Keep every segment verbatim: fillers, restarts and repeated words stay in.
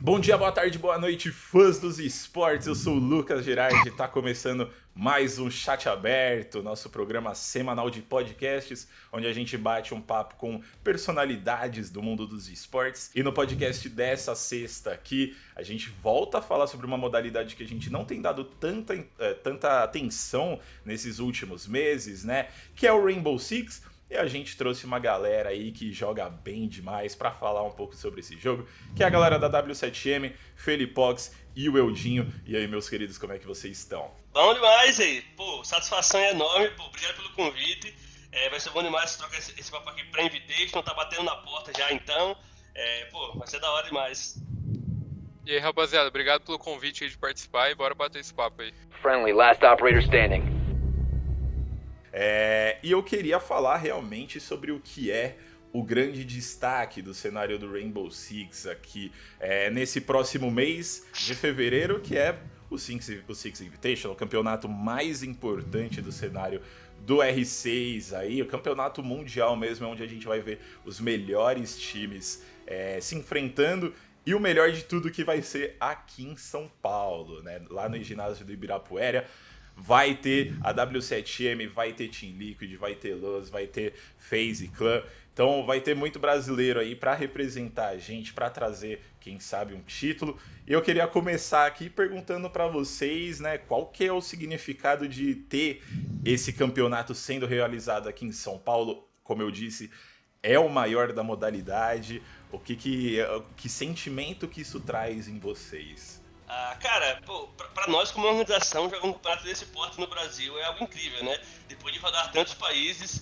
Bom dia, boa tarde, boa noite, fãs dos esportes. Eu sou o Lucas Gerardi, tá começando mais um Chat Aberto, nosso programa semanal de podcasts, onde a gente bate um papo com personalidades do mundo dos esportes. E no podcast dessa sexta aqui, a gente volta a falar sobre uma modalidade que a gente não tem dado tanta, eh, tanta atenção nesses últimos meses, né? Que é o Rainbow Six. E a gente trouxe uma galera aí que joga bem demais pra falar um pouco sobre esse jogo, que é a galera da W sete M, Felipox e o Eudinho. E aí, meus queridos, como é que vocês estão? Bom demais aí, pô, satisfação é enorme, pô, obrigado pelo convite. É, vai ser bom demais trocar esse, esse papo aqui pra Invitation, tá batendo na porta já então. É, pô, vai ser da hora demais. E aí, rapaziada, obrigado pelo convite aí de participar e bora bater esse papo aí. Friendly, last operator standing. É, e eu queria falar realmente sobre o que é o grande destaque do cenário do Rainbow Six aqui é, nesse próximo mês de fevereiro, que é o Six, o Six Invitational, o campeonato mais importante do cenário do R seis aí, o campeonato mundial mesmo, é onde a gente vai ver os melhores times é, se enfrentando. E o melhor de tudo que vai ser aqui em São Paulo, né? Lá no ginásio do Ibirapuera. Vai ter a W sete M, vai ter Team Liquid, vai ter Luz, vai ter FaZe Clan. Então vai ter muito brasileiro aí para representar a gente, para trazer, quem sabe, um título. E eu queria começar aqui perguntando para vocês, né, qual que é o significado de ter esse campeonato sendo realizado aqui em São Paulo. Como eu disse, é o maior da modalidade. O que, que, que sentimento que isso traz em vocês? Ah, cara, pô, pra, pra nós como organização, jogar um campeonato desse porte no Brasil é algo incrível, né? Depois de rodar tantos países,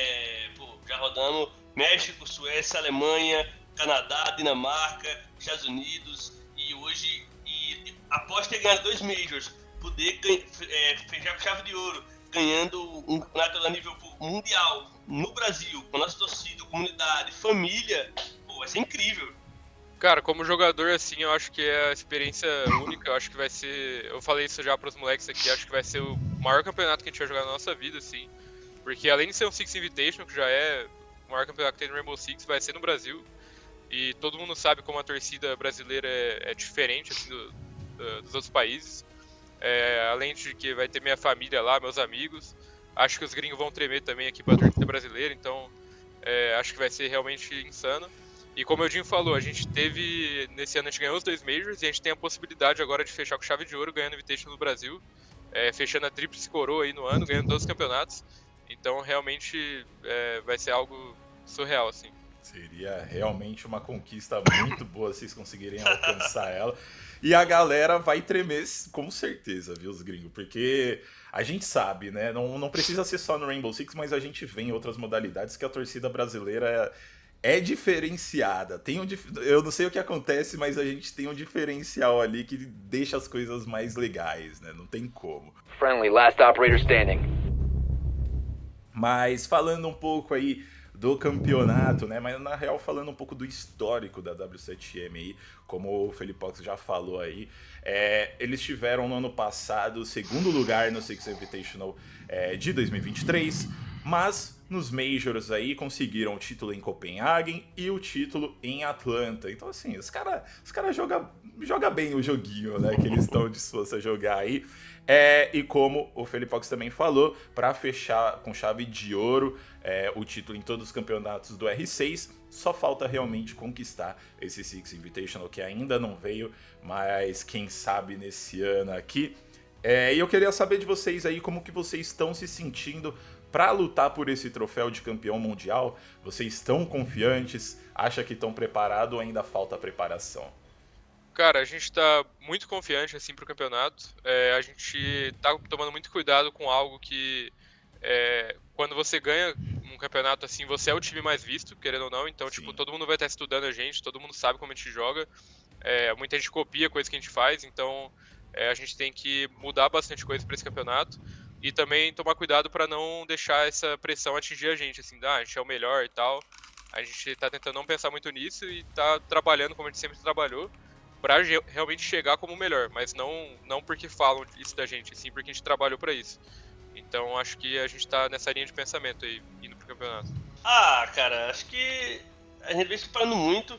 é, pô, já rodamos México, Suécia, Alemanha, Canadá, Dinamarca, Estados Unidos, e hoje, e, após ter ganhado dois Majors, poder é, fechar com chave de ouro, ganhando um campeonato a nível mundial, no Brasil, com a nossa torcida, comunidade, família, pô, vai ser incrível. Cara, como jogador, assim, eu acho que é a experiência única, eu acho que vai ser... Eu falei isso já pros moleques aqui, acho que vai ser o maior campeonato que a gente vai jogar na nossa vida, assim. Porque além de ser um Six Invitational, que já é o maior campeonato que tem no Rainbow Six, vai ser no Brasil. E todo mundo sabe como a torcida brasileira é, é diferente, assim, do, do, dos outros países. É, além de que vai ter minha família lá, meus amigos. Acho que os gringos vão tremer também aqui pra torcida brasileira, então é, acho que vai ser realmente insano. E como o Eudinho falou, a gente teve, nesse ano a gente ganhou os dois Majors e a gente tem a possibilidade agora de fechar com chave de ouro, ganhando Invitation no Brasil, é, fechando a tríplice coroa aí no ano, ganhando todos os campeonatos. Então realmente é, vai ser algo surreal, assim. Seria realmente uma conquista muito boa se vocês conseguirem alcançar ela. E a galera vai tremer com certeza, viu, os gringos? Porque a gente sabe, né? Não, não precisa ser só no Rainbow Six, mas a gente vê em outras modalidades que a torcida brasileira é, é diferenciada. Tem um, eu não sei o que acontece, mas a gente tem um diferencial ali que deixa as coisas mais legais, né? Não tem como. Friendly, last operator standing. Mas falando um pouco aí do campeonato, né? Mas na real falando um pouco do histórico da W sete M aí, como o Felipox já falou aí, é, eles tiveram no ano passado o segundo lugar no Six Invitational é, de dois mil e vinte e três, mas nos Majors aí conseguiram o título em Copenhagen e o título em Atlanta. Então assim, os caras os cara jogam joga bem o joguinho, né, que eles estão dispostos a jogar aí. É, e como o Felipox também falou, para fechar com chave de ouro é, o título em todos os campeonatos do R seis, só falta realmente conquistar esse Six Invitational, que ainda não veio, mas quem sabe nesse ano aqui. É, e eu queria saber de vocês aí como que vocês estão se sentindo para lutar por esse troféu de campeão mundial. Vocês estão confiantes? Acha que estão preparados ou ainda falta preparação? Cara, a gente tá muito confiante, assim, pro campeonato. É, a gente tá tomando muito cuidado com algo que... É, quando você ganha um campeonato assim, você é o time mais visto, querendo ou não. Então, Sim. tipo, todo mundo vai estar estudando a gente, todo mundo sabe como a gente joga. É, muita gente copia coisa que a gente faz, então é, a gente tem que mudar bastante coisa para esse campeonato. E também tomar cuidado para não deixar essa pressão atingir a gente, assim, ah, a gente é o melhor e tal. A gente tá tentando não pensar muito nisso e tá trabalhando como a gente sempre trabalhou, pra realmente chegar como o melhor, mas não, não porque falam isso da gente, sim porque a gente trabalhou pra isso. Então acho que a gente tá nessa linha de pensamento aí, indo pro campeonato. Ah, cara, acho que a gente vem se preparando muito.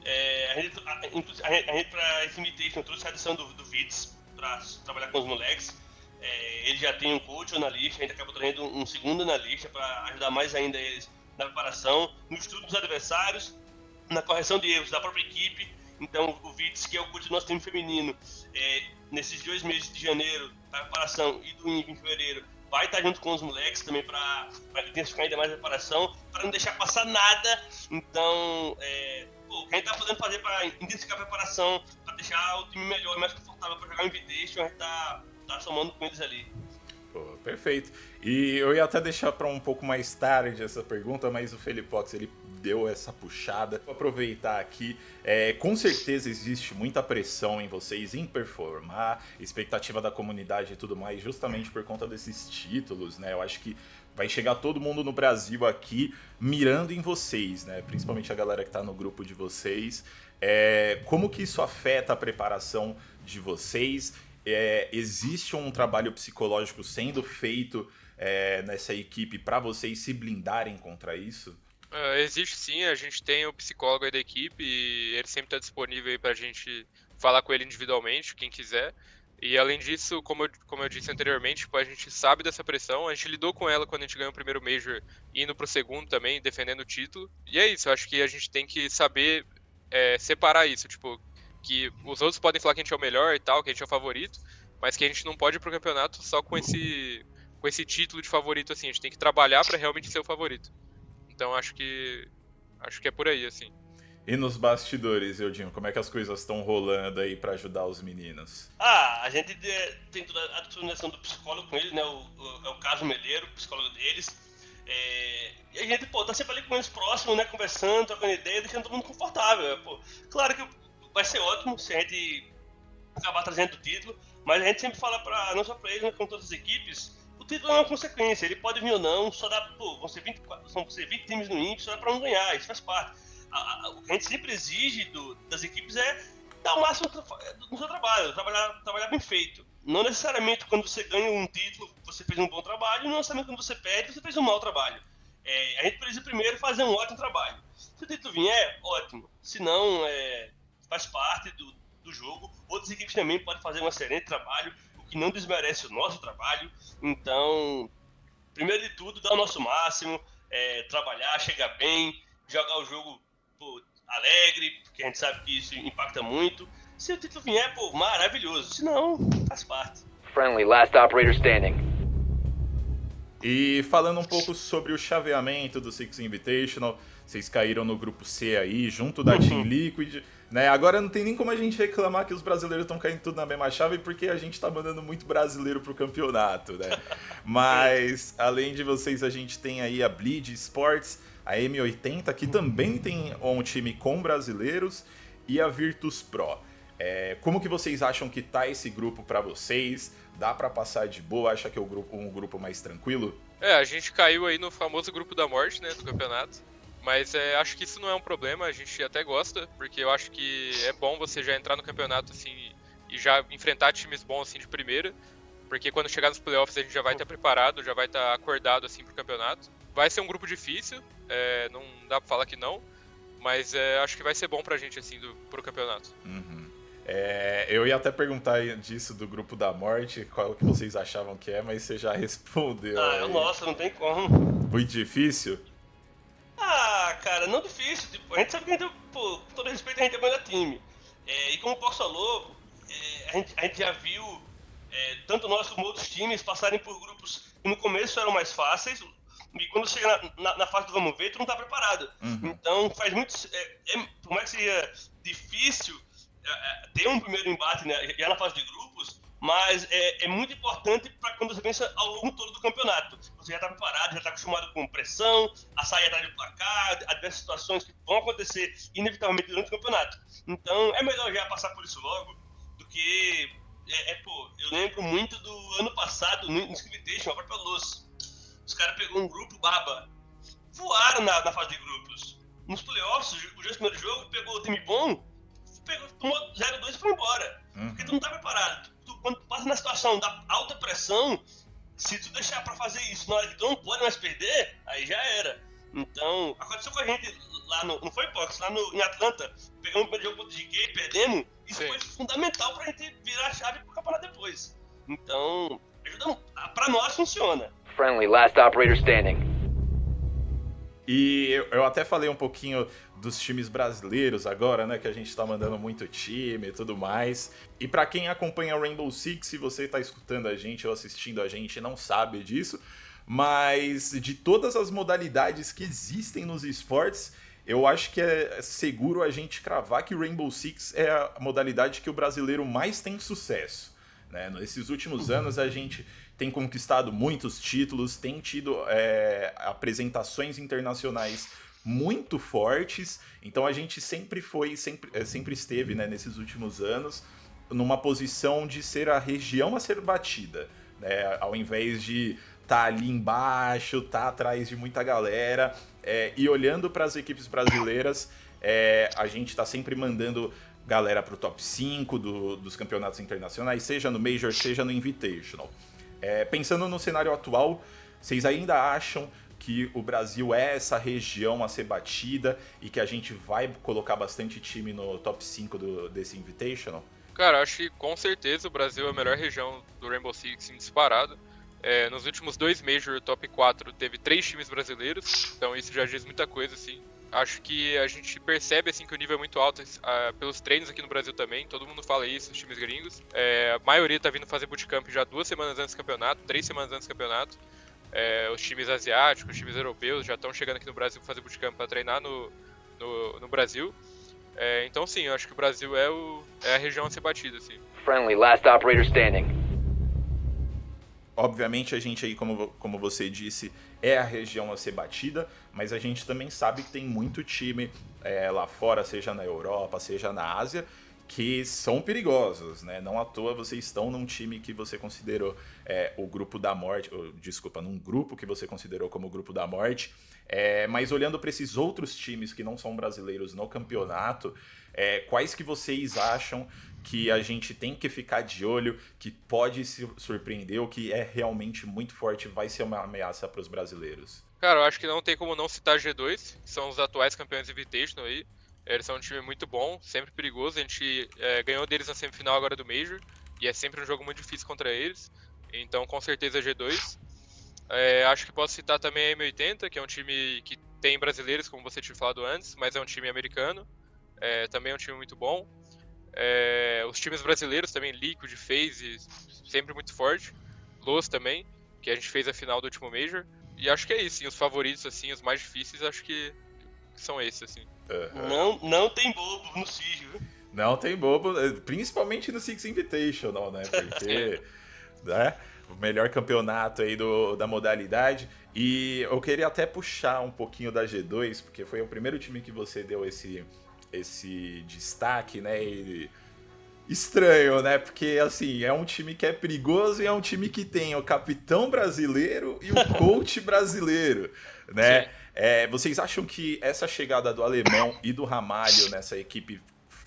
É, a gente, a, a, a gente pra esse invitation trouxe a adição do, do Vitz pra trabalhar com os moleques. É, ele já tem um coach analista, a gente acabou trazendo um, um segundo analista para ajudar mais ainda eles na preparação, no estudo dos adversários, na correção de erros da própria equipe. Então o Vitz, que é o coach do nosso time feminino, é, nesses dois meses de janeiro, da preparação, e do I N V em fevereiro, vai estar junto com os moleques também para intensificar ainda mais a preparação, para não deixar passar nada. Então, é, pô, o que a gente está podendo fazer para intensificar a preparação, para deixar o time melhor e mais confortável para jogar o Invitation, a gente está tá somando com eles ali. Pô, perfeito. E eu ia até deixar para um pouco mais tarde essa pergunta, mas o Felipox, ele deu essa puxada. Vou aproveitar aqui. É, com certeza existe muita pressão em vocês em performar, expectativa da comunidade e tudo mais, justamente por conta desses títulos, né? Eu acho que vai chegar todo mundo no Brasil aqui mirando em vocês, né? Principalmente a galera que tá no grupo de vocês. É, como que isso afeta a preparação de vocês? É, existe um trabalho psicológico sendo feito é, nessa equipe para vocês se blindarem contra isso? Uh, existe sim, a gente tem o psicólogo aí da equipe e ele sempre está disponível aí pra gente falar com ele individualmente, quem quiser. E além disso, como eu, como eu disse anteriormente, tipo, a gente sabe dessa pressão, a gente lidou com ela quando a gente ganhou o primeiro Major, indo pro segundo também, defendendo o título. E é isso, eu acho que a gente tem que saber é, separar isso, tipo, que os outros podem falar que a gente é o melhor e tal, que a gente é o favorito, mas que a gente não pode ir pro campeonato só com esse, com esse título de favorito, assim, a gente tem que trabalhar para realmente ser o favorito. Então acho que acho que é por aí, assim. E nos bastidores, Eudinho, como é que as coisas estão rolando aí pra ajudar os meninos? Ah, a gente tem toda a disposição do psicólogo com eles, né? O, o, é o Caso Meleiro, o psicólogo deles. É, e a gente, pô, tá sempre ali com eles próximos, né? Conversando, trocando ideia, deixando todo mundo confortável. Pô. Claro que vai ser ótimo se a gente acabar trazendo o título, mas a gente sempre fala pra, não só pra eles, mas com todas as equipes, o título é uma consequência, ele pode vir ou não, só dá, pô, vão ser vinte, vão ser vinte times no I N V, só dá pra um ganhar, isso faz parte. A, a, o que a gente sempre exige do, das equipes é dar o máximo no seu trabalho, trabalhar, trabalhar bem feito. Não necessariamente quando você ganha um título, você fez um bom trabalho, não necessariamente quando você perde, você fez um mau trabalho. É, a gente precisa primeiro fazer um ótimo trabalho. Se o título vier, ótimo. Se não, é, faz parte do, do jogo. Outras equipes também podem fazer um excelente trabalho, que não desmerece o nosso trabalho. Então, primeiro de tudo, dar o nosso máximo, é, trabalhar, chegar bem, jogar o jogo, pô, alegre, porque a gente sabe que isso impacta muito. Se o título vier, pô, maravilhoso. Se não, faz parte. Friendly, last operator standing. E falando um pouco sobre o chaveamento do Six Invitational, vocês caíram no grupo C aí, junto da Team Liquid, né? Agora não tem nem como a gente reclamar que os brasileiros estão caindo tudo na mesma chave, porque a gente tá mandando muito brasileiro pro campeonato, né? Mas, além de vocês, a gente tem aí a Bleed Sports, a M oitenta, que também tem um time com brasileiros, e a Virtus Pro. É, como que vocês acham que tá esse grupo pra vocês? Dá pra passar de boa? Acha que é um grupo, um grupo mais tranquilo? É, a gente caiu aí no famoso grupo da morte, né, do campeonato. Mas é, acho que isso não é um problema, a gente até gosta, porque eu acho que é bom você já entrar no campeonato assim e já enfrentar times bons assim de primeira, porque quando chegar nos playoffs a gente já vai estar preparado, já vai estar acordado assim pro campeonato. Vai ser um grupo difícil, é, não dá pra falar que não, mas é, acho que vai ser bom pra gente assim do, pro campeonato. Uhum. É, eu ia até perguntar disso do grupo da morte, qual que vocês achavam que é, mas você já respondeu. Ah, aí. Nossa, não tem como. Muito difícil? Ah, cara, não difícil. Tipo, a gente sabe que a gente, pô, com todo respeito, a gente é o melhor time. É, e como o Pox falou, é, a, gente, a gente já viu é, tanto nós como outros times passarem por grupos que no começo eram mais fáceis, e quando chega na, na, na fase do vamos ver, tu não tá preparado. Uhum. Então faz muito. É, é, por mais que seja difícil é, ter um primeiro embate, né, já na fase de grupos, mas é, é muito importante para quando você pensa ao longo todo do campeonato. Você já está preparado, já está acostumado com pressão, a sair atrás do placar, a diversas situações que vão acontecer inevitavelmente durante o campeonato. Então é melhor já passar por isso logo do que. É, é, pô, eu lembro muito do ano passado no Invitation, a própria Luz. Os caras pegou um grupo baba, voaram na, na fase de grupos. Nos playoffs, o, o primeiro jogo, pegou o time bom, pegou, tomou zero dois e foi embora. Uhum. Porque tu não tá preparado. Tu, tu, quando tu passa na situação da alta pressão, se tu deixar pra fazer isso na hora que tu não pode mais perder, aí já era. Então, aconteceu com a gente lá no... Não foi box, lá no, em Atlanta, pegamos o primeiro jogo de G K, perdemos. Isso Sim. foi fundamental pra gente virar a chave pro campeonato depois. Então, ajuda, pra nós funciona. Friendly, last operator standing. E eu, eu até falei um pouquinho dos times brasileiros agora, né? Que a gente tá mandando muito time e tudo mais. E pra quem acompanha o Rainbow Six, se você tá escutando a gente ou assistindo a gente, não sabe disso. Mas de todas as modalidades que existem nos esportes, eu acho que é seguro a gente cravar que o Rainbow Six é a modalidade que o brasileiro mais tem sucesso, né? Nesses últimos anos a gente tem conquistado muitos títulos, tem tido é, apresentações internacionais muito fortes, então a gente sempre foi, sempre, sempre esteve, né, nesses últimos anos numa posição de ser a região a ser batida, né, ao invés de tá ali embaixo, tá atrás de muita galera, é, e olhando para as equipes brasileiras, é, a gente tá sempre mandando galera pro top cinco do, dos campeonatos internacionais, seja no Major, seja no Invitational. É, pensando no cenário atual, vocês ainda acham que o Brasil é essa região a ser batida e que a gente vai colocar bastante time no top cinco do, desse Invitational? Cara, acho que com certeza o Brasil é a melhor região do Rainbow Six disparado. É, nos últimos dois Major Top quatro teve três times brasileiros, então isso já diz muita coisa, assim. Acho que a gente percebe assim que o nível é muito alto uh, pelos treinos aqui no Brasil também, todo mundo fala isso, os times gringos. É, a maioria tá vindo fazer bootcamp já duas semanas antes do campeonato, três semanas antes do campeonato. É, os times asiáticos, os times europeus já estão chegando aqui no Brasil para fazer bootcamp para treinar no, no, no Brasil. É, então sim, eu acho que o Brasil é, o, é a região a ser batida, assim. Friendly, last operator standing. Obviamente a gente aí, como, como você disse, é a região a ser batida, mas a gente também sabe que tem muito time é, lá fora, seja na Europa, seja na Ásia, que são perigosos, né? Não à toa vocês estão num time que você considerou é, o grupo da morte, ou, desculpa, num grupo que você considerou como o grupo da morte, é, mas olhando para esses outros times que não são brasileiros no campeonato, é, quais que vocês acham que a gente tem que ficar de olho, que pode se surpreender, ou que é realmente muito forte, vai ser uma ameaça para os brasileiros? Cara, eu acho que não tem como não citar G dois, que são os atuais campeões Invitational aí. Eles são um time muito bom, sempre perigoso. A gente é, ganhou deles na semifinal agora do Major, e é sempre um jogo muito difícil contra eles. Então, com certeza, G dois. É, acho que posso citar também a M oitenta, que é um time que tem brasileiros, como você tinha falado antes, mas é um time americano. É, também é um time muito bom. É, os times brasileiros também, Liquid, FaZe, sempre muito forte. Los também, que a gente fez a final do último Major. E acho que é isso, sim, os favoritos, assim, os mais difíceis, acho que são esses, assim. Uhum. Não, não tem bobo no S I G, viu? Não tem bobo, principalmente no Six Invitational, né? Porque né, o melhor campeonato aí do, da modalidade. E eu queria até puxar um pouquinho da G dois, porque foi o primeiro time que você deu esse, esse destaque, né? E estranho, né? Porque, assim, é um time que é perigoso e é um time que tem o capitão brasileiro e o coach brasileiro, né? É, vocês acham que essa chegada do Alemão e do Ramalho nessa equipe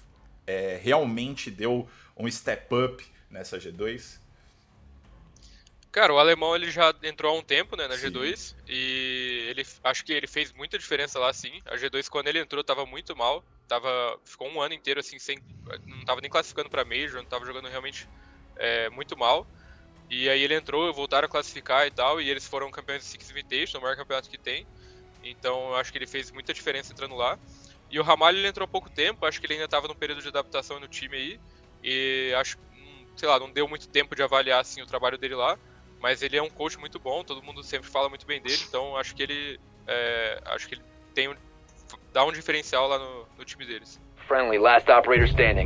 é, realmente deu um step up nessa G dois? Cara, o Alemão ele já entrou há um tempo, né, na Sim. G dois, e ele, acho que ele fez muita diferença lá, sim. A G dois, quando ele entrou, tava muito mal, tava, ficou um ano inteiro, assim, sem, não tava nem classificando pra Major, não tava jogando realmente é, muito mal. E aí ele entrou, voltaram a classificar e tal, e eles foram campeões do Six Invitation, o maior campeonato que tem. Então eu acho que ele fez muita diferença entrando lá. E o Ramalho ele entrou há pouco tempo, acho que ele ainda tava num período de adaptação no time aí, e acho que, sei lá, não deu muito tempo de avaliar, assim, o trabalho dele lá. Mas ele é um coach muito bom, todo mundo sempre fala muito bem dele, então acho que ele é, acho que ele tem um, dá um diferencial lá no, no time deles. Friendly, last operator standing.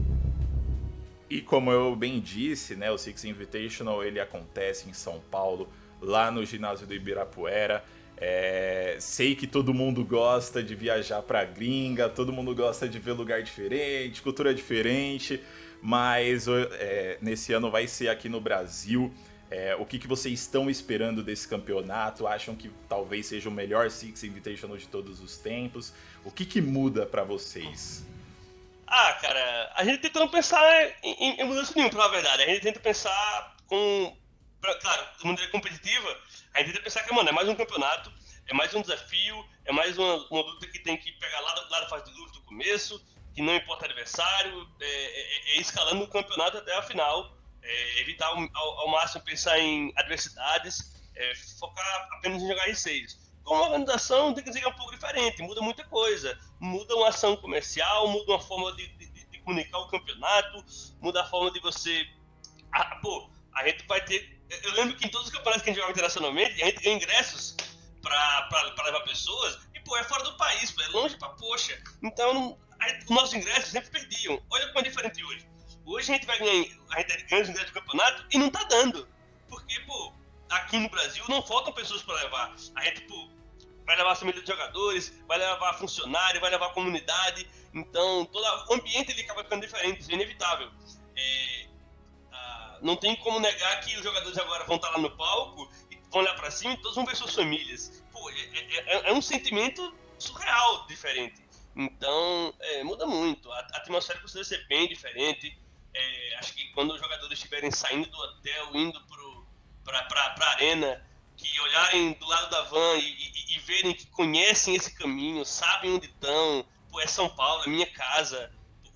E como eu bem disse, né, o Six Invitational ele acontece em São Paulo, lá no ginásio do Ibirapuera. É, sei que todo mundo gosta de viajar pra gringa, todo mundo gosta de ver lugar diferente, cultura diferente, mas é, nesse ano vai ser aqui no Brasil. É, o que, que vocês estão esperando desse campeonato? Acham que talvez seja o melhor Six Invitational de todos os tempos? O que, que muda pra vocês? Ah, cara, a gente tenta não pensar em, em, em mudança nenhuma, pra falar a verdade. A gente tenta pensar com... Pra, claro, de maneira competitiva, a gente tenta pensar que, mano, é mais um campeonato, é mais um desafio, é mais uma, uma luta que tem que pegar lá, lá da fase de luz do começo, que não importa o adversário, é, é, é escalando o campeonato até a final, é, evitar ao, ao, ao máximo pensar em adversidades, é, focar apenas em jogar R seis. Como organização tem que ser um pouco diferente, muda muita coisa, muda uma ação comercial, muda uma forma de, de, de comunicar o campeonato, muda a forma de você... Ah, pô, a gente vai ter... Eu lembro que em todos os campeonatos que a gente jogava internacionalmente, a gente ganha ingressos para levar pessoas, e pô, é fora do país, pô, é longe pra poxa. Então, a, os nossos ingressos sempre perdiam. Olha como é diferente hoje. Hoje a gente vai ganhar, a gente ganha os ingressos do campeonato e não tá dando. Porque, pô, aqui no Brasil não faltam pessoas para levar. A gente, pô, vai levar a família de jogadores, vai levar funcionário, vai levar a comunidade. Então, todo o ambiente ele acaba ficando diferente, isso é inevitável. É, ah, não tem como negar que os jogadores agora vão estar lá no palco e vão olhar para cima e todos vão ver suas famílias. Pô, é, é, é um sentimento surreal, diferente. Então, é, muda muito. A, a atmosfera precisa ser bem diferente. É, acho que quando os jogadores estiverem saindo do hotel, indo para a arena, que olharem do lado da van e, e, e verem que conhecem esse caminho, sabem onde estão, pô, é São Paulo, é minha casa,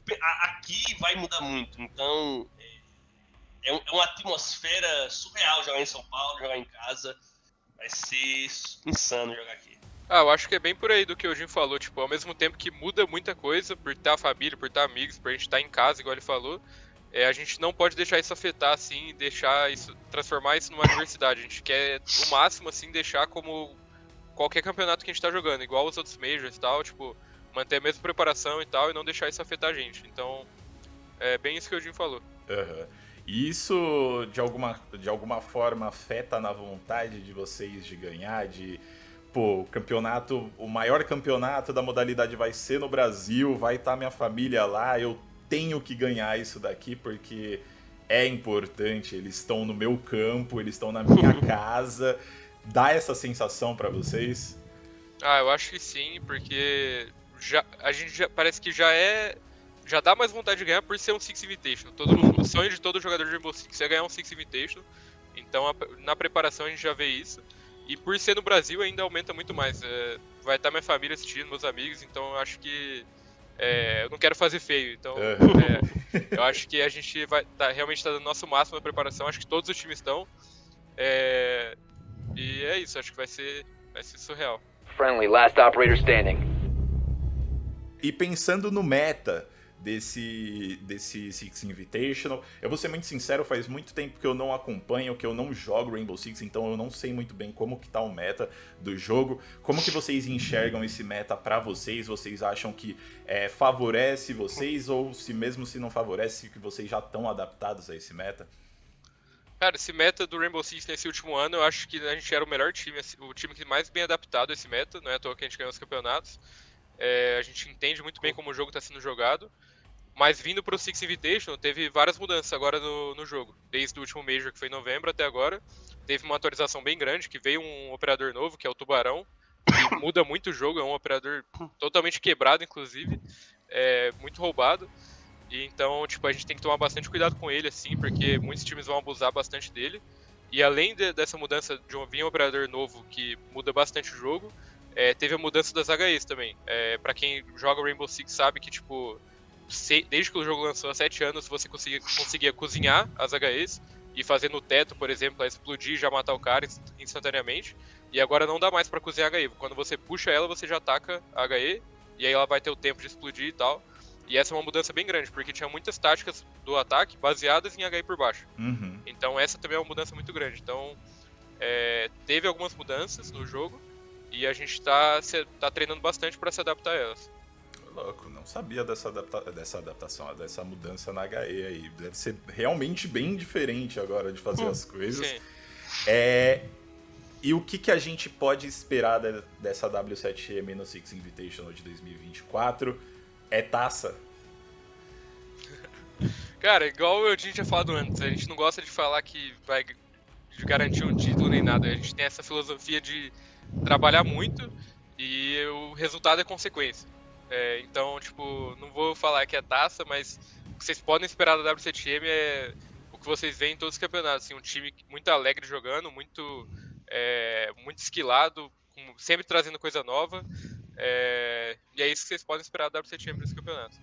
aqui vai mudar muito. Então, é, é uma atmosfera surreal jogar em São Paulo, jogar em casa, vai ser insano jogar aqui. Ah, eu acho que é bem por aí do que o Jim falou, tipo, ao mesmo tempo que muda muita coisa, por estar família, por estar amigos, por a gente estar em casa, igual ele falou, É, a gente não pode deixar isso afetar, assim, deixar isso, transformar isso numa adversidade. A gente quer, o máximo, assim, deixar como qualquer campeonato que a gente tá jogando, igual os outros majors e tal, tipo, manter a mesma preparação e tal, e não deixar isso afetar a gente. Então, é bem isso que o Jim falou. Uhum. E isso, de alguma, de alguma forma, afeta na vontade de vocês de ganhar, de... Pô, o campeonato, o maior campeonato da modalidade vai ser no Brasil, vai estar minha família lá, eu tenho que ganhar isso daqui porque é importante, eles estão no meu campo, eles estão na minha casa. Dá essa sensação pra vocês? Ah, eu acho que sim, porque já, a gente já, parece que já é... Já dá mais vontade de ganhar por ser um Six Invitational. Todo, o sonho de todo jogador de Rainbow Six é ganhar um Six Invitational. Então a, na preparação a gente já vê isso. E por ser no Brasil ainda aumenta muito mais. É, vai estar minha família assistindo, meus amigos, então eu acho que... É, eu não quero fazer feio, então é, eu acho que a gente vai tá, realmente tá dando o nosso máximo na preparação, acho que todos os times estão, é, e é isso, acho que vai ser, vai ser surreal. Friendly, last operator standing. E pensando no meta desse, desse Six Invitational, eu vou ser muito sincero, faz muito tempo que eu não acompanho, que eu não jogo Rainbow Six, então eu não sei muito bem como que tá o meta do jogo. Como que vocês enxergam esse meta pra vocês? Vocês acham que é, favorece vocês, ou se mesmo se não favorece, que vocês já estão adaptados a esse meta? Cara, esse meta do Rainbow Six nesse último ano, eu acho que a gente era o melhor time, o time que mais bem adaptado a esse meta, não é à toa que a gente ganhou os campeonatos. É, a gente entende muito bem como o jogo está sendo jogado. Mas vindo pro Six Invitational, teve várias mudanças agora no, no jogo. Desde o último Major, que foi em novembro, até agora. Teve uma atualização bem grande, que veio um operador novo, que é o Tubarão. Que muda muito o jogo, é um operador totalmente quebrado, inclusive. É muito roubado. E então, tipo, a gente tem que tomar bastante cuidado com ele, assim, porque muitos times vão abusar bastante dele. E além de, dessa mudança de um, vir um operador novo, que muda bastante o jogo, é, teve a mudança das H Es também. É, pra quem joga Rainbow Six sabe que, tipo... desde que o jogo lançou há sete anos, você conseguia, conseguia cozinhar as H Es e fazer no teto, por exemplo, ela explodir e já matar o cara instantaneamente. E agora não dá mais pra cozinhar a H E. Quando você puxa ela, você já ataca a H E, e aí ela vai ter o tempo de explodir e tal. E essa é uma mudança bem grande, porque tinha muitas táticas do ataque baseadas em H E por baixo. Uhum. Então essa também é uma mudança muito grande. Então é, teve algumas mudanças no jogo, e a gente tá, se, tá treinando bastante pra se adaptar a elas. Louco, não sabia dessa, adapta dessa adaptação, dessa mudança na H E aí. Deve ser realmente bem diferente agora de fazer hum, as coisas. Sim. É, e o que, que a gente pode esperar de, dessa W sete M no Six Invitational de dois mil e vinte e quatro? É taça? Cara, igual eu tinha falado antes, a gente não gosta de falar que vai garantir um título nem nada. A gente tem essa filosofia de trabalhar muito e o resultado é consequência. É, então, tipo, não vou falar que é taça, mas o que vocês podem esperar da W sete M é o que vocês veem em todos os campeonatos. Assim, um time muito alegre jogando, muito, é, muito esquilado, com, sempre trazendo coisa nova. É, e é isso que vocês podem esperar da W C T M para esse campeonato.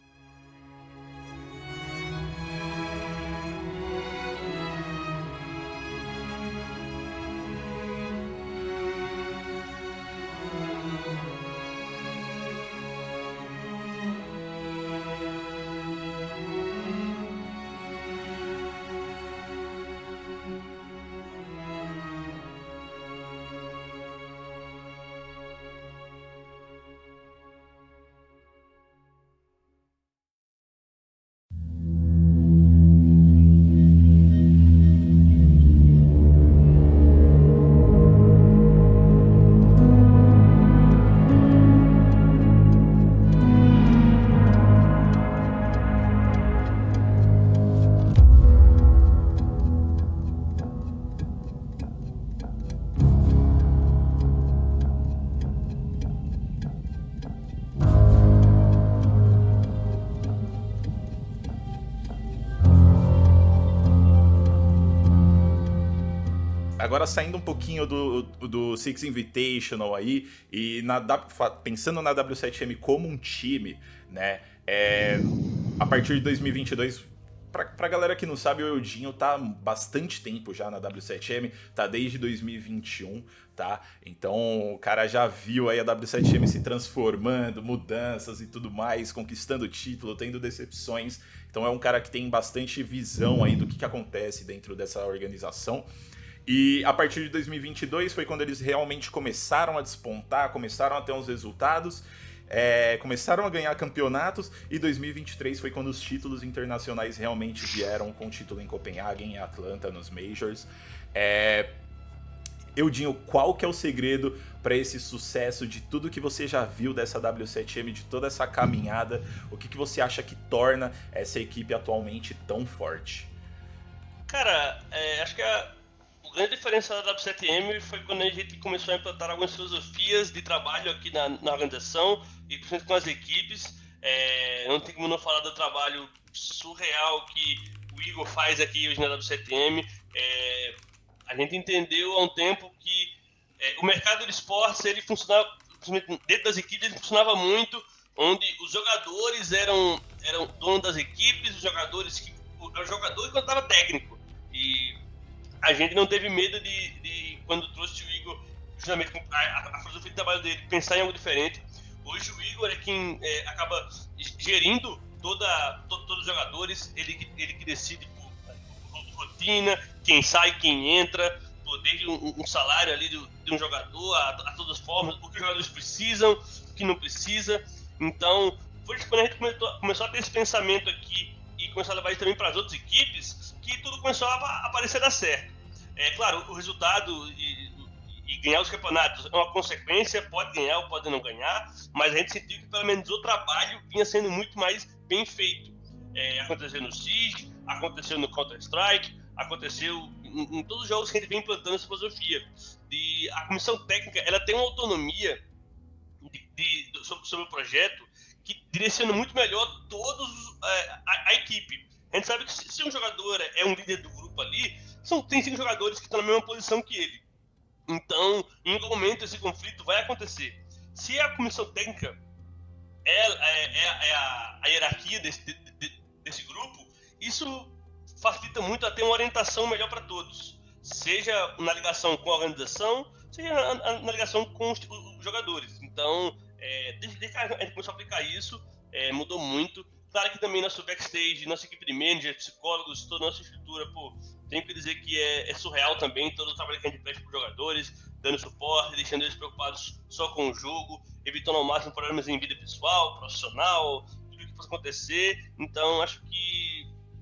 Agora saindo um pouquinho do, do Six Invitational aí, e na, pensando na W sete M como um time, né, é, a partir de dois mil e vinte e dois, pra, pra galera que não sabe, o Eudinho tá há bastante tempo já na W sete M, tá desde dois mil e vinte e um, tá? Então o cara já viu aí a W sete M se transformando, mudanças e tudo mais, conquistando título, tendo decepções, então é um cara que tem bastante visão aí do que, que acontece dentro dessa organização. E a partir de dois mil e vinte e dois foi quando eles realmente começaram a despontar, começaram a ter uns resultados, é, começaram a ganhar campeonatos, e dois mil e vinte e três foi quando os títulos internacionais realmente vieram, com o título em Copenhague, em Atlanta, nos Majors. É, Eudinho, qual que é o segredo para esse sucesso de tudo que você já viu dessa W sete M, de toda essa caminhada? O que, que você acha que torna essa equipe atualmente tão forte? Cara, é, acho que a O grande diferença da W sete M foi quando a gente começou a implantar algumas filosofias de trabalho aqui na, na organização e principalmente com as equipes. É, não tem como não falar do trabalho surreal que o Igor faz aqui hoje na W sete M. É, a gente entendeu há um tempo que é, o mercado de esportes, ele funcionava, dentro das equipes, ele funcionava muito, onde os jogadores eram, eram donos das equipes, os jogadores que o jogador quando estava técnico. E a gente não teve medo de, de quando trouxe o Igor, justamente com a, a filosofia de trabalho dele, pensar em algo diferente. Hoje o Igor é quem é, acaba gerindo toda, to, todos os jogadores, ele, ele que decide por, por, por rotina, quem sai, quem entra, por, desde um, um salário ali de, de um jogador, a, a todas as formas, o que os jogadores precisam, o que não precisa. Então, foi quando a gente começou, começou a ter esse pensamento aqui e começou a levar isso também para as outras equipes, que tudo começou a aparecer a dar certo. É claro, o resultado e, e ganhar os campeonatos é uma consequência, pode ganhar ou pode não ganhar, mas a gente sentiu que pelo menos o trabalho vinha sendo muito mais bem feito. É, aconteceu no Siege, aconteceu no Counter-Strike, aconteceu em, em todos os jogos que a gente vem implantando essa filosofia. De, a comissão técnica ela tem uma autonomia de, de, sobre, sobre o projeto que direciona muito melhor todos é, a, a equipe. A gente sabe que se, se um jogador é um líder do grupo ali, são, tem cinco jogadores que estão na mesma posição que ele. Então, em algum momento, esse conflito vai acontecer. Se a comissão técnica é, é, é, é a, a hierarquia desse, de, de, desse grupo, isso facilita muito a ter uma orientação melhor para todos. Seja na ligação com a organização, seja na, na ligação com os, os jogadores. Então, é, desde, desde que a gente começou a aplicar isso, é, mudou muito. Claro que também nosso backstage, nossa equipe de manager, psicólogos, toda a nossa estrutura, pô, tenho que dizer que é, é surreal também todo o trabalho que a gente presta para os jogadores, dando suporte, deixando eles preocupados só com o jogo, evitando ao máximo problemas em vida pessoal, profissional, tudo que possa acontecer. Então, acho que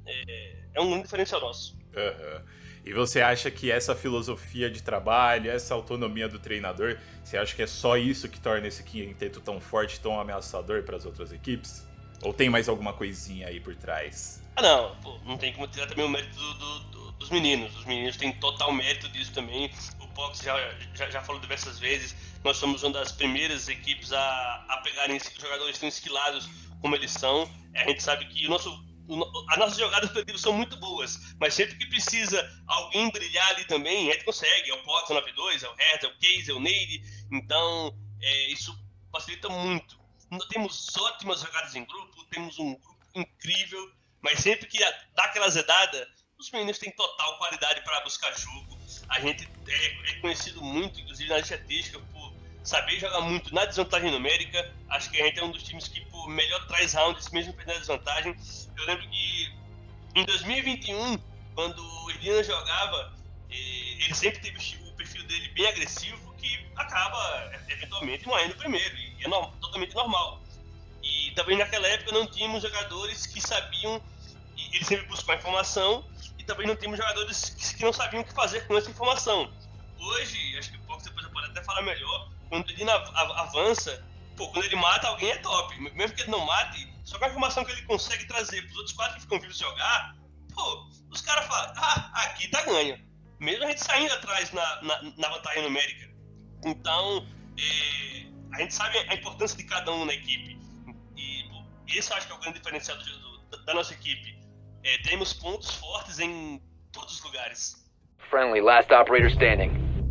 é, é um grande diferencial nosso. Uhum. E você acha que essa filosofia de trabalho, essa autonomia do treinador, você acha que é só isso que torna esse quinteto tão forte, tão ameaçador para as outras equipes? Ou tem mais alguma coisinha aí por trás? Ah, não, pô, não tem como tirar também o mérito do, do, do, dos meninos. Os meninos têm total mérito disso também. O Pox já, já, já falou diversas vezes. Nós somos uma das primeiras equipes a, a pegarem jogadores tão esquilados como eles são. A gente sabe que o nosso, o, as nossas jogadas coletivas são muito boas, mas sempre que precisa alguém brilhar ali também, a gente consegue. É o Pox, o nove dois, é o Hertz, é o Case, é o Neide. Então, é, isso facilita muito. Nós temos ótimas jogadas em grupo, temos um grupo incrível, mas sempre que dá aquela zedada, os meninos têm total qualidade para buscar jogo. A gente é, é conhecido muito, inclusive na estatística, por saber jogar muito na desvantagem numérica. Acho que a gente é um dos times que pô, melhor traz rounds, mesmo perdendo a desvantagem. Eu lembro que em dois mil e vinte e um, quando o Indiana jogava, ele sempre teve o perfil dele bem agressivo, que acaba eventualmente morrendo primeiro, e é no, totalmente normal. E também naquela época não tínhamos jogadores que sabiam, e ele sempre buscou a informação, e também não tínhamos jogadores que, que não sabiam o que fazer com essa informação. Hoje, acho que o Fox depois pode até falar melhor, quando ele avança, pô, quando ele mata alguém é top, mesmo que ele não mate, só com a informação que ele consegue trazer para os outros quatro que ficam vivos jogar, pô, os caras falam, ah, aqui tá ganho. Mesmo a gente saindo atrás na, na, na vantagem numérica. Então, é, a gente sabe a importância de cada um na equipe. E pô, esse eu acho que é o grande diferencial do, do, da nossa equipe. É, temos pontos fortes em todos os lugares. Friendly, last operator standing.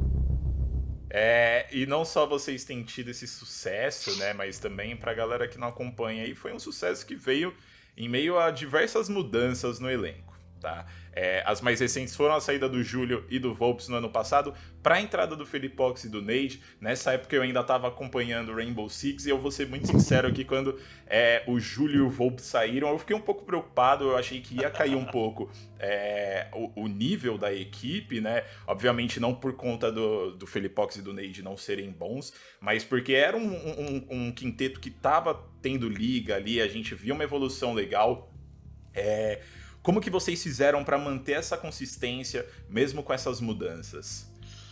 É, e não só vocês têm tido esse sucesso, né, mas também pra galera que não acompanha aí, foi um sucesso que veio em meio a diversas mudanças no elenco, tá? É, as mais recentes foram a saída do Júlio e do Volps no ano passado para a entrada do Felipox e do Nade. Nessa época eu ainda estava acompanhando o Rainbow Six e eu vou ser muito sincero aqui, quando é, o Júlio e o Volps saíram, eu fiquei um pouco preocupado, eu achei que ia cair um pouco é, o, o nível da equipe, né? Obviamente não por conta do, do Felipox e do Nade não serem bons, mas porque era um, um, um quinteto que estava tendo liga ali, a gente via uma evolução legal. É... Como que vocês fizeram para manter essa consistência, mesmo com essas mudanças?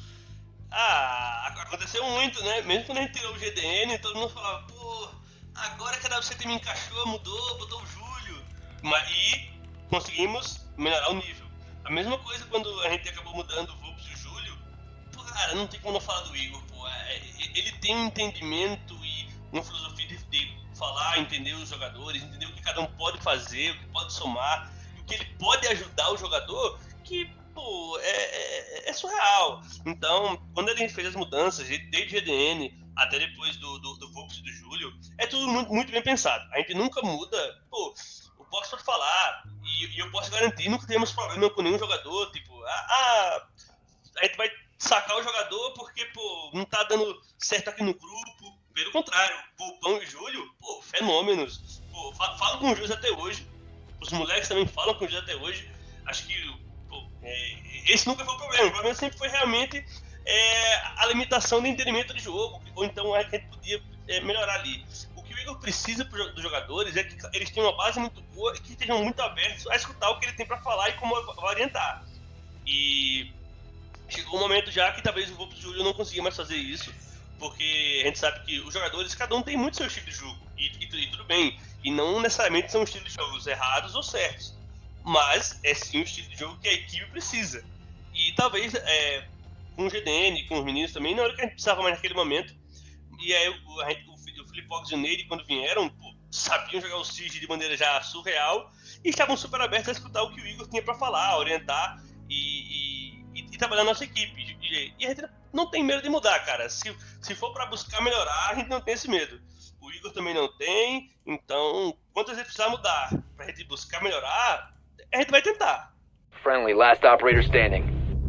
Ah, aconteceu muito, né? Mesmo quando a gente tirou o G D N, todo mundo falava, pô, agora que a W C T me encaixou, mudou, botou o Júlio. E conseguimos melhorar o nível. A mesma coisa quando a gente acabou mudando o Volps e o Júlio. Pô, cara, não tem como não falar do Igor, pô. Ele tem um entendimento e uma filosofia de, de falar, entender os jogadores, entender o que cada um pode fazer, o que pode somar, que ele pode ajudar o jogador, que, pô, é, é, é surreal. Então, quando ele fez as mudanças, desde G D N até depois do, do, do Volps e do Júlio, é tudo muito, muito bem pensado. A gente nunca muda, pô, o Fox pode falar, e, e eu posso garantir, nunca temos problema com nenhum jogador, tipo, ah, ah, a gente vai sacar o jogador porque, pô, não tá dando certo aqui no grupo. Pelo contrário, Volpão e Júlio, pô, fenômenos. Pô, falo com o Júlio até hoje. Os moleques também falam com o Júlio até hoje. Acho que pô, é, esse nunca foi o problema. O problema sempre foi realmente é, a limitação do entendimento de jogo, ou então a gente podia é, melhorar ali. O que o Igor precisa dos jogadores é que eles tenham uma base muito boa e que estejam muito abertos a escutar o que ele tem para falar e como orientar. E chegou um momento já que talvez o Volps e o Júlio não conseguia mais fazer isso, porque a gente sabe que os jogadores, cada um tem muito seu estilo de jogo, e, e, e tudo bem. E não necessariamente são estilos de jogos errados ou certos, mas é sim o estilo de jogo que a equipe precisa. E talvez é, com o G D N, com os meninos também, não era o que a gente precisava mais naquele momento. E aí o, a gente, o, o Felipox e o Nade, quando vieram, pô, sabiam jogar o Siege de maneira já surreal e estavam super abertos a escutar o que o Igor tinha para falar, orientar e, e, e, e trabalhar na nossa equipe. E, e a gente não tem medo de mudar, cara. Se, se for para buscar melhorar, a gente não tem esse medo. O Igor também não tem, então, quando a gente precisar mudar pra gente buscar melhorar, a gente vai tentar. Friendly, last operator standing.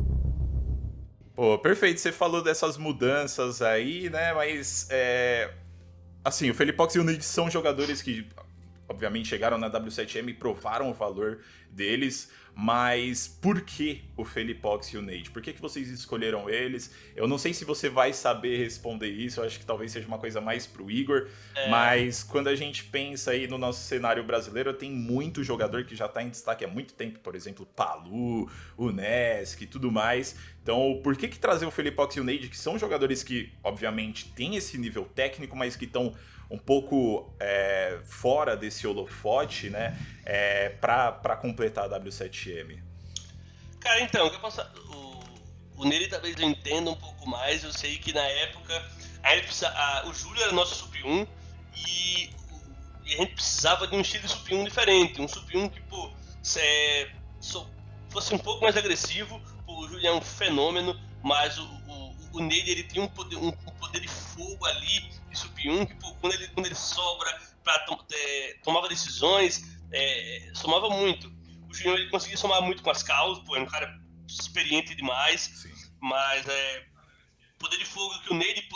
Pô, perfeito, você falou dessas mudanças aí, né, mas, é... assim, o Felipox e o Nade são jogadores que, obviamente, chegaram na W sete M e provaram o valor deles, mas por que o Felipox e o Nade? Por que, que vocês escolheram eles? Eu não sei se você vai saber responder isso, eu acho que talvez seja uma coisa mais pro Igor, é. Mas quando a gente pensa aí no nosso cenário brasileiro, tem muito jogador que já tá em destaque há muito tempo, por exemplo, Palu, o Nesk e tudo mais. Então, por que que trazer o Felipox e o Nade, que são jogadores que, obviamente, têm esse nível técnico, mas que estão um pouco é, fora desse holofote, né, é, pra, pra completar a W sete M? Cara, então, eu posso, o, o Nele talvez eu entenda um pouco mais. Eu sei que na época a gente precisa, a, o Júlio era nosso sub um e, e a gente precisava de um estilo de sub um diferente, um sub um que, pô, se, so, fosse um pouco mais agressivo. Pô, o Júlio é um fenômeno, mas o, o, o Nele, ele tinha um poder, um, um poder de fogo ali, de Sup um, que pô, quando, ele, quando ele sobra, pra tom, é, tomava decisões, é, somava muito. O Junior ele conseguia somar muito com as causas, pô, era um cara experiente demais, Sim. mas é, o poder de fogo que o Neide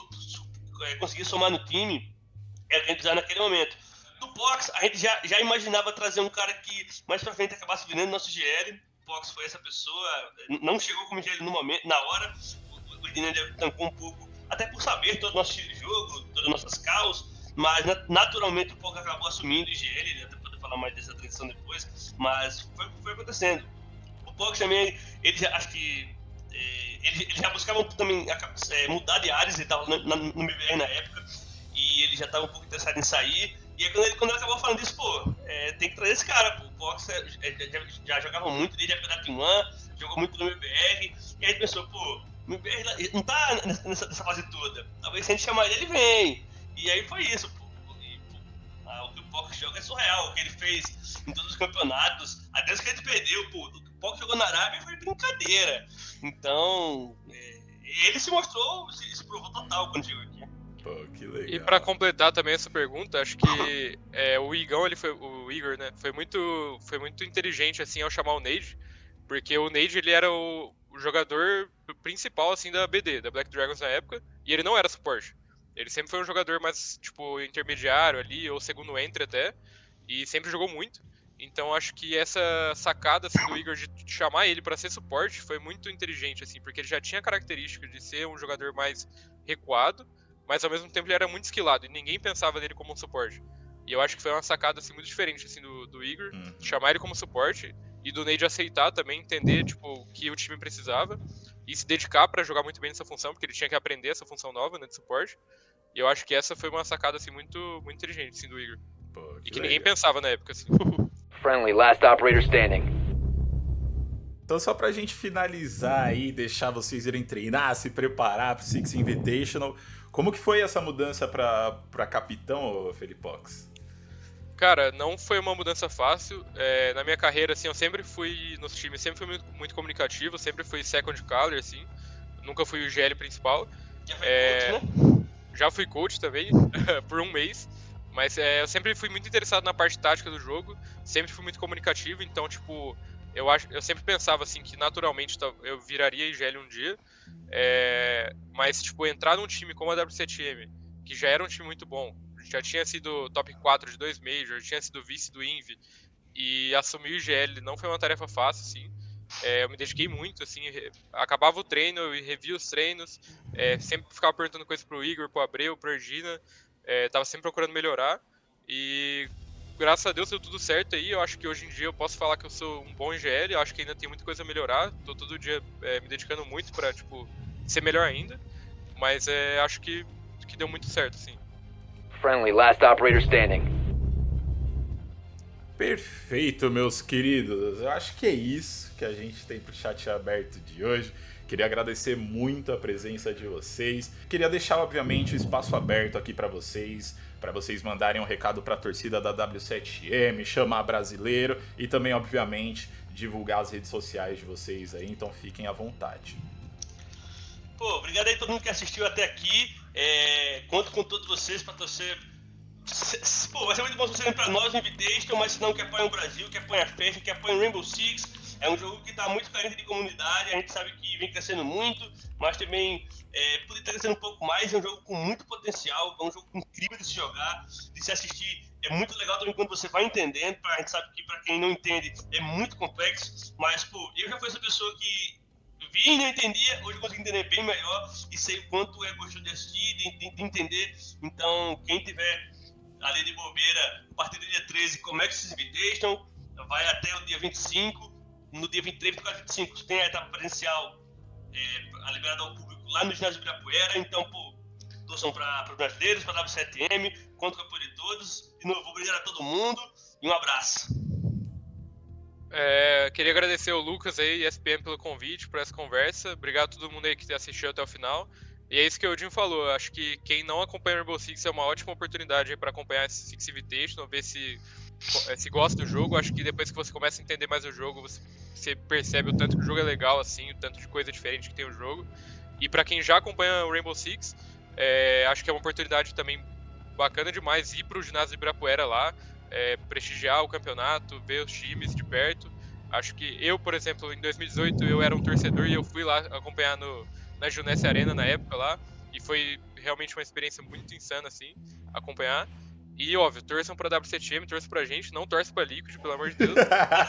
é, conseguia somar no time era o que a gente precisava naquele momento. Do Pox, a gente já, já imaginava trazer um cara que mais pra frente acabasse virando nosso G L. O Pox foi essa pessoa, não chegou como G L no momento, na hora. O, o Edinho tancou um pouco, até por saber todo o nosso estilo de jogo, todas as nossas caos, mas naturalmente o Pox acabou assumindo o G L, ele até poder falar mais dessa transição depois, mas foi, foi acontecendo. O Pox também, ele já, acho que é, ele, ele já buscava também é, mudar de áreas, ele estava no, no M B R na época, e ele já estava um pouco interessado em sair. E aí quando ele, quando ele acabou falando isso, pô, é, tem que trazer esse cara, pô. O Pox é, é, já, já jogava muito desde a época da Team One, jogou muito no M B R, e aí pensou, pô, o M B R não tá nessa, nessa fase toda, talvez se a gente chamar ele, ele vem. E aí foi isso, pô. E, pô ah, o que o Pox joga é surreal, o que ele fez em todos os campeonatos, até os que ele perdeu, pô, o que o Pox jogou na Arábia foi brincadeira. Então, é, ele se mostrou, se, se provou total quando chegou aqui. Pô, que legal. E pra completar também essa pergunta, acho que é, o Igão, ele foi, o Igor, né, foi muito, foi muito inteligente, assim, ao chamar o Nade, porque o Nade, ele era o, o jogador principal, assim, da B D, da Black Dragons na época, e ele não era suporte. Ele sempre foi um jogador mais, tipo, intermediário ali, ou segundo entre até, e sempre jogou muito. Então acho que essa sacada, assim, do Igor de chamar ele pra ser suporte foi muito inteligente, assim, porque ele já tinha a característica de ser um jogador mais recuado, mas ao mesmo tempo ele era muito skillado e ninguém pensava nele como um suporte. E eu acho que foi uma sacada assim, muito diferente assim, do, do Igor, Uhum. chamar ele como suporte e do Nade aceitar também, entender tipo, o que o time precisava e se dedicar pra jogar muito bem nessa função, porque ele tinha que aprender essa função nova, né, de suporte. E eu acho que essa foi uma sacada assim, muito, muito inteligente assim, do Igor. Pô, que E que legal. ninguém pensava na época. Assim. Friendly, last operator standing. Então, só pra gente finalizar aí, deixar vocês irem treinar, se preparar pro Six Invitational, como que foi essa mudança pra, pra capitão, Felipox? Cara, não foi uma mudança fácil. É, na minha carreira, assim, eu sempre fui nos times, sempre fui muito, muito comunicativo, sempre fui second color, assim. Nunca fui o G L principal. Já foi É, coach, né? Já fui coach também, por um mês. Mas é, eu sempre fui muito interessado na parte tática do jogo, sempre fui muito comunicativo, então, tipo, eu, acho, eu sempre pensava, assim, que naturalmente eu viraria I G L um dia. É, mas, tipo, entrar num time como a W sete M, que já era um time muito bom, já tinha sido top quatro de dois Majors, tinha sido vice do Invi, e assumir o I G L não foi uma tarefa fácil, assim. É, eu me dediquei muito, assim, acabava o treino, eu revia os treinos, é, sempre ficava perguntando coisas pro Igor, pro Abreu, pro Ergina, é, tava sempre procurando melhorar, e graças a Deus deu tudo certo aí. Eu acho que hoje em dia eu posso falar que eu sou um bom I G L, eu acho que ainda tem muita coisa a melhorar, tô todo dia é, me dedicando muito pra, tipo, ser melhor ainda, mas é, acho que, que deu muito certo, assim. Friendly, last operator standing. Perfeito, meus queridos. Eu acho que é isso que a gente tem pro chat aberto de hoje. Queria agradecer muito a presença de vocês. Queria deixar, obviamente, o espaço aberto aqui para vocês, para vocês mandarem um recado para a torcida da W sete M, chamar brasileiro e também, obviamente, divulgar as redes sociais de vocês aí. Então fiquem à vontade. Pô, obrigado aí a todo mundo que assistiu até aqui. É, conto com todos vocês para torcer. Pô, vai ser muito bom torcerem pra nós no Invitation, mas se não que apoiam o Brasil, que apoiam a Fashion, que apoiam o Rainbow Six. É um jogo que tá muito carente de comunidade, a gente sabe que vem crescendo muito, mas também é, poderia estar crescendo um pouco mais. É um jogo com muito potencial, é um jogo incrível de se jogar, de se assistir. É muito legal também quando você vai entendendo, pra, a gente sabe que pra quem não entende é muito complexo, mas pô, eu já fui essa pessoa que vi e não entendia, hoje eu consigo entender bem melhor e sei o quanto é gostoso de assistir, de, de, de entender. Então, quem tiver ali de bobeira, a partir do dia treze, começa esse Invitation, vai até o dia vinte e cinco. No dia vinte e três, vinte e quatro, vinte e cinco, tem a etapa presencial é, liberada ao público lá no ginásio Ibirapuera. Então, pô, torçam para os brasileiros, para a W sete M, conto com o apoio de todos. De novo, obrigado a todo mundo e um abraço. É, queria agradecer ao Lucas aí e E S P N pelo convite, por essa conversa. Obrigado a todo mundo aí que assistiu até o final. E é isso que o Jim falou. Acho que quem não acompanha o Rainbow Six é uma ótima oportunidade para acompanhar esse Six Invitational, ver se, se gosta do jogo. Acho que depois que você começa a entender mais o jogo, você, você percebe o tanto que o jogo é legal, assim, o tanto de coisa diferente que tem o jogo. E para quem já acompanha o Rainbow Six, É, acho que é uma oportunidade também bacana demais ir para o ginásio de Ibirapuera lá, é, prestigiar o campeonato, ver os times de perto. Acho que eu, por exemplo, em dois mil e dezoito eu era um torcedor e eu fui lá acompanhar no, na Junesse Arena na época lá, e foi realmente uma experiência muito insana, assim, acompanhar. E, óbvio, torçam pra W C T M, torçam pra gente, não torçam pra Liquid, pelo amor de Deus.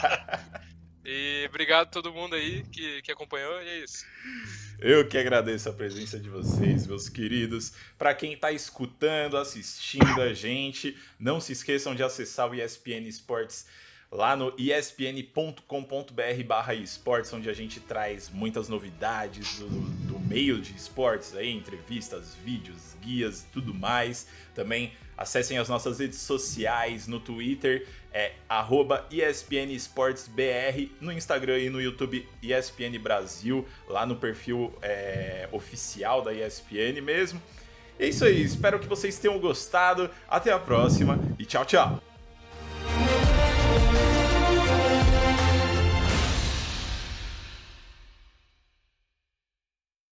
E obrigado a todo mundo aí que, que acompanhou, e é isso. Eu que agradeço a presença de vocês, meus queridos. Para quem tá escutando, assistindo a gente, não se esqueçam de acessar o E S P N Sports lá no e s p n ponto com ponto b r barra esportes, onde a gente traz muitas novidades do, do meio de esportes, aí, entrevistas, vídeos, guias e tudo mais. Também acessem as nossas redes sociais no Twitter, é arroba E S P N Sports B R, no Instagram e no YouTube E S P N Brasil, lá no perfil é, oficial da E S P N mesmo. É isso aí, espero que vocês tenham gostado. Até a próxima e tchau, tchau!